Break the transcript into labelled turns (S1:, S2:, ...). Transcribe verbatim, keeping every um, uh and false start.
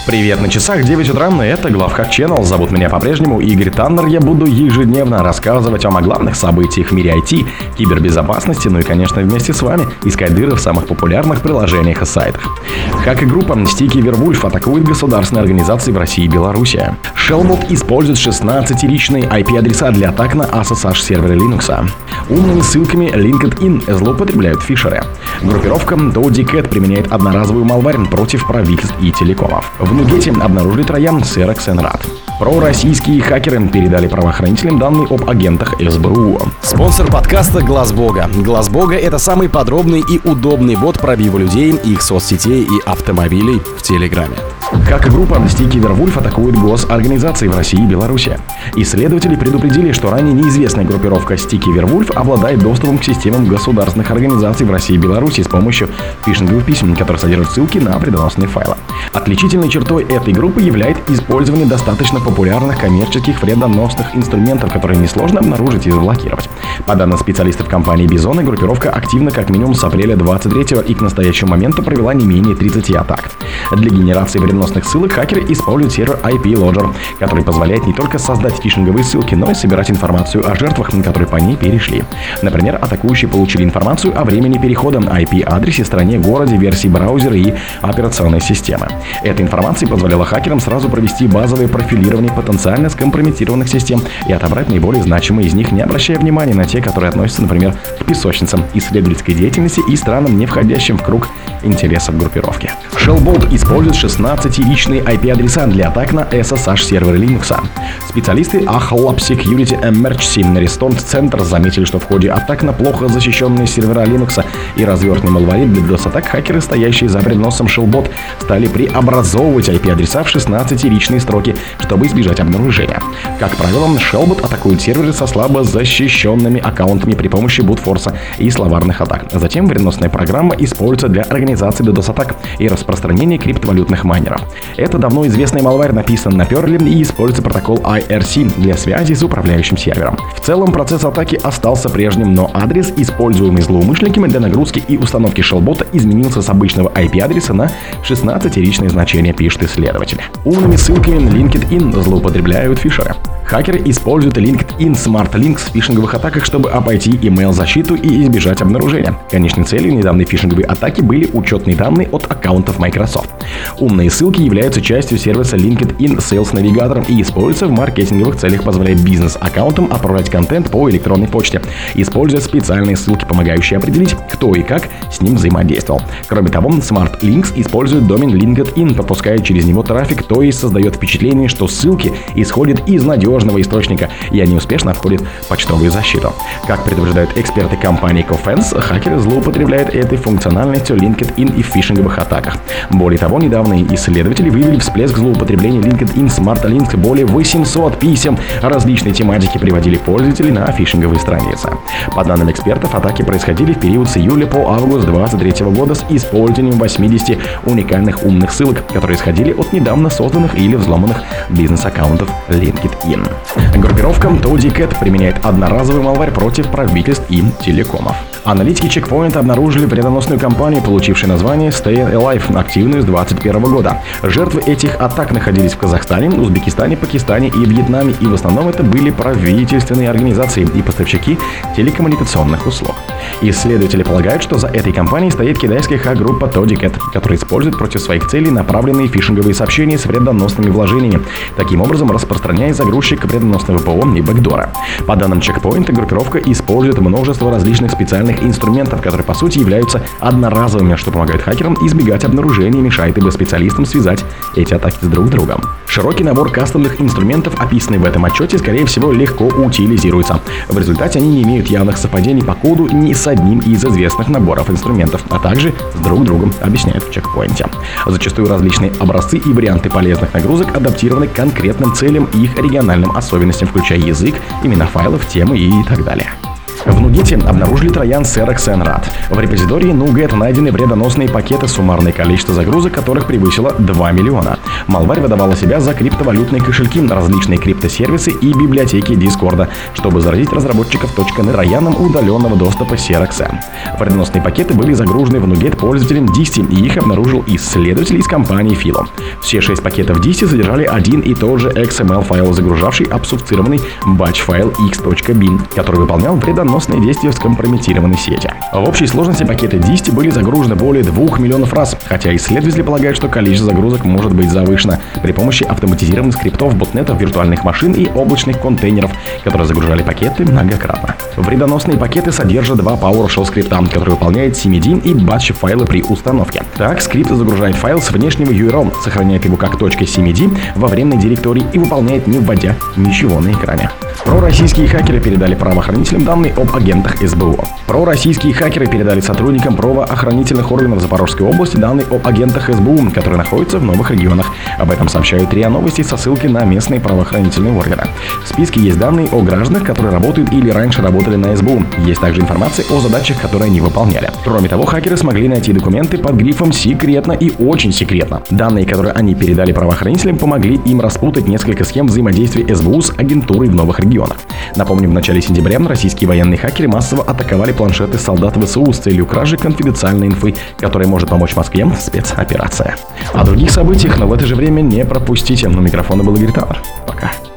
S1: Привет, на часах девять утра, это Главхак Channel. Зовут меня по-прежнему Игорь Таннер. Я буду ежедневно рассказывать вам о главных событиях в мире ай ти, кибербезопасности, ну и, конечно, вместе с вами искать дыры в самых популярных приложениях и сайтах. Хак-группа Sticky Werwolf атакует государственные организации в России и Беларуси. Shellbot использует шестнадцатиричные ай пи-адреса для атак на эс эс эйч-серверы Linux. Умными ссылками LinkedIn злоупотребляют фишеры. Группировка Doddycat применяет одноразовую малварь против правительств и телекомов. В Нугете обнаружили троян Xerox Enrad. Пророссийские хакеры передали правоохранителям данные об агентах эс бэ у.
S2: Спонсор подкаста Глаз Бога. Глаз Бога — это самый подробный и удобный бот пробива людей, их соцсетей и автомобилей в Телеграме.
S1: Хак-группа Sticky Werwolf атакует госорганизации в России и Беларуси. Исследователи предупредили, что ранее неизвестная группировка Sticky Werwolf обладает доступом к системам государственных организаций в России и Беларуси с помощью фишинговых писем, которые содержат ссылки на вредоносные файлы. Отличительной чертой этой группы является использование достаточно популярных коммерческих вредоносных инструментов, которые несложно обнаружить и заблокировать. По данным специалистов компании Bizona, группировка активна как минимум с апреля двадцать третьего и к настоящему моменту провела не менее тридцати атак. Для генерации вредоносных ссылок хакеры используют сервер ай пи-Logger, который позволяет не только создать фишинговые ссылки, но и собирать информацию о жертвах, которые по ней перешли. Например, атакующие получили информацию о времени перехода, ай пи-адресе, стране, городе, версии браузера и операционной системы. Эта информация позволяла хакерам сразу провести базовое профилирование потенциально скомпрометированных систем и отобрать наиболее значимые из них, не обращая внимания на те, которые относятся, например, к песочницам исследовательской деятельности и странам, не входящим в круг интересов группировки. Shellbot использует шестнадцатиричные ай пи-адреса для атак на эс эс эйч-серверы Linux. Специалисты Ahlab Security Emergency Response Center заметили, что в ходе атак на плохо защищенные сервера Linux и развертные малвари для дос-атак хакеры, стоящие за вредоносом Shellbot, стали преобразовывать ай пи-адреса в шестнадцатиричные строки, чтобы избежать обнаружения. Как правило, Shellbot атакует серверы со слабо защищенными аккаунтами при помощи брутфорса и словарных атак. Затем вредоносная программа используется для организации дос-атак и распространения криптовалютных майнеров. Это давно известный малварь написан на Perl и используется протокол ай ар си для связи с управляющим сервером. В целом процесс атаки остался прежним, но адрес, используемый злоумышленниками для нагрузки и установки Shellbot, изменился с обычного ай пи-адреса на шестнадцатиричное значение, пишут исследователи. Умными ссылками на LinkedIn злоупотребляют фишеры. Хакеры используют LinkedIn Smart Links в фишинговых атаках, чтобы обойти email-защиту и избежать обнаружения. Конечной целью недавней фишинговой атаки были учетные данные от аккаунтов Microsoft. Умные ссылки являются частью сервиса LinkedIn Sales Navigator и используются в маркетинговых целях, позволяя бизнес-аккаунтам отправлять контент по электронной почте, используя специальные ссылки, помогающие определить, кто и как с ним взаимодействовал. Кроме того, Smart Links использует домен LinkedIn, пропуская через него трафик, то есть создает впечатление, что ссылки исходят из надежного источника, и они успешно входят в почтовую защиту. Как предупреждают эксперты компании Cofense, хакеры злоупотребляют этой функциональностью LinkedIn и в фишинговых атаках. Более того, недавние исследователи выявили всплеск злоупотребления LinkedIn Smart Links. Более восемьсот писем различной тематики приводили пользователи на фишинговые страницы. По данным экспертов, атаки происходили в период с июля по август двадцать третьего года с использованием восьмидесяти уникальных умных ссылок, которые исходили от недавно созданных или взломанных бизнес-аккаунтов LinkedIn. Группировка Doddycat применяет одноразовый малварь против правительств и телекомов. Аналитики Checkpoint обнаружили вредоносную кампанию, получившую название Stay Alive, активную с двадцать первого года. Жертвы этих атак находились в Казахстане, Узбекистане, Пакистане и Вьетнаме, и в основном это были правительственные организации и поставщики телекоммуникационных услуг. Исследователи полагают, что за этой кампанией стоит китайская хак-группа Doddycat, которая использует против своих целей направленные фишинговые сообщения с вредоносными вложениями, таким образом распространяя загрузчик вредоносного ПО и бэкдора. По данным Checkpoint, группировка использует множество различных специальных инструментов, которые по сути являются одноразовыми, что помогает хакерам избегать обнаружения и мешает им специалистам связать эти атаки с друг другом. Широкий набор кастомных инструментов, описанный в этом отчете, скорее всего легко утилизируется. В результате они не имеют явных совпадений по коду ни с одним из известных наборов инструментов, а также с друг другом, объясняют в Checkpoint. Зачастую различные образцы и варианты полезных нагрузок адаптированы к конкретным целям и их региональным особенностям, включая язык, имена файлов, темы и так далее. В Нугете обнаружили троян Xerox Enrad. В репозитории Nuget найдены вредоносные пакеты, суммарное количество загрузок которых превысило два миллиона. Малварь выдавала себя за криптовалютные кошельки, различные криптосервисы и библиотеки Дискорда, чтобы заразить разработчиков .NET трояном удаленного доступа Xerox. Вредоносные пакеты были загружены в Nuget пользователем Disty, и их обнаружил исследователь из компании Philo. Все шесть пакетов Disty содержали один и тот же икс эм эл файл, загружавший обсурцированный batch-файл x.bin, который выполнял вредоносные действия в скомпрометированной сети. В общей сложности пакеты Disty были загружены более двух миллионов раз, хотя исследователи полагают, что количество загрузок может быть завышено при помощи автоматизированных скриптов, ботнетов, виртуальных машин и облачных контейнеров, которые загружали пакеты многократно. Вредоносные пакеты содержат два PowerShell скрипта, который выполняет си эм ди и batch файлы при установке. Так, скрипт загружает файл с внешнего ю ар эл, сохраняет его как .cmd во временной директории и выполняет, не вводя ничего на экране. Пророссийские хакеры передали правоохранителям данные об агентах эс бэ о. Пророссийские хакеры передали сотрудникам правоохранительных органов Запорожской области данные об агентах эс бэ о, которые находятся в новых регионах. Об этом сообщают РИА Новости со ссылкой на местные правоохранительные органы. В списке есть данные о гражданах, которые работают или раньше работали на эс бэ о. Есть также информация о задачах, которые они выполняли. Кроме того, хакеры смогли найти документы под грифом «секретно» и «очень секретно». Данные, которые они передали правоохранителям, помогли им распутать несколько схем взаимодействия эс бэ о с агентурой в новых регионах. Напомню, в начале сентября российские военные хакеры массово атаковали планшеты солдат вэ эс у с целью кражи конфиденциальной инфы, которая может помочь Москве в спецоперации. О других событиях, но в это же время не пропустите. На микрофона был Игорь Таннер. Пока.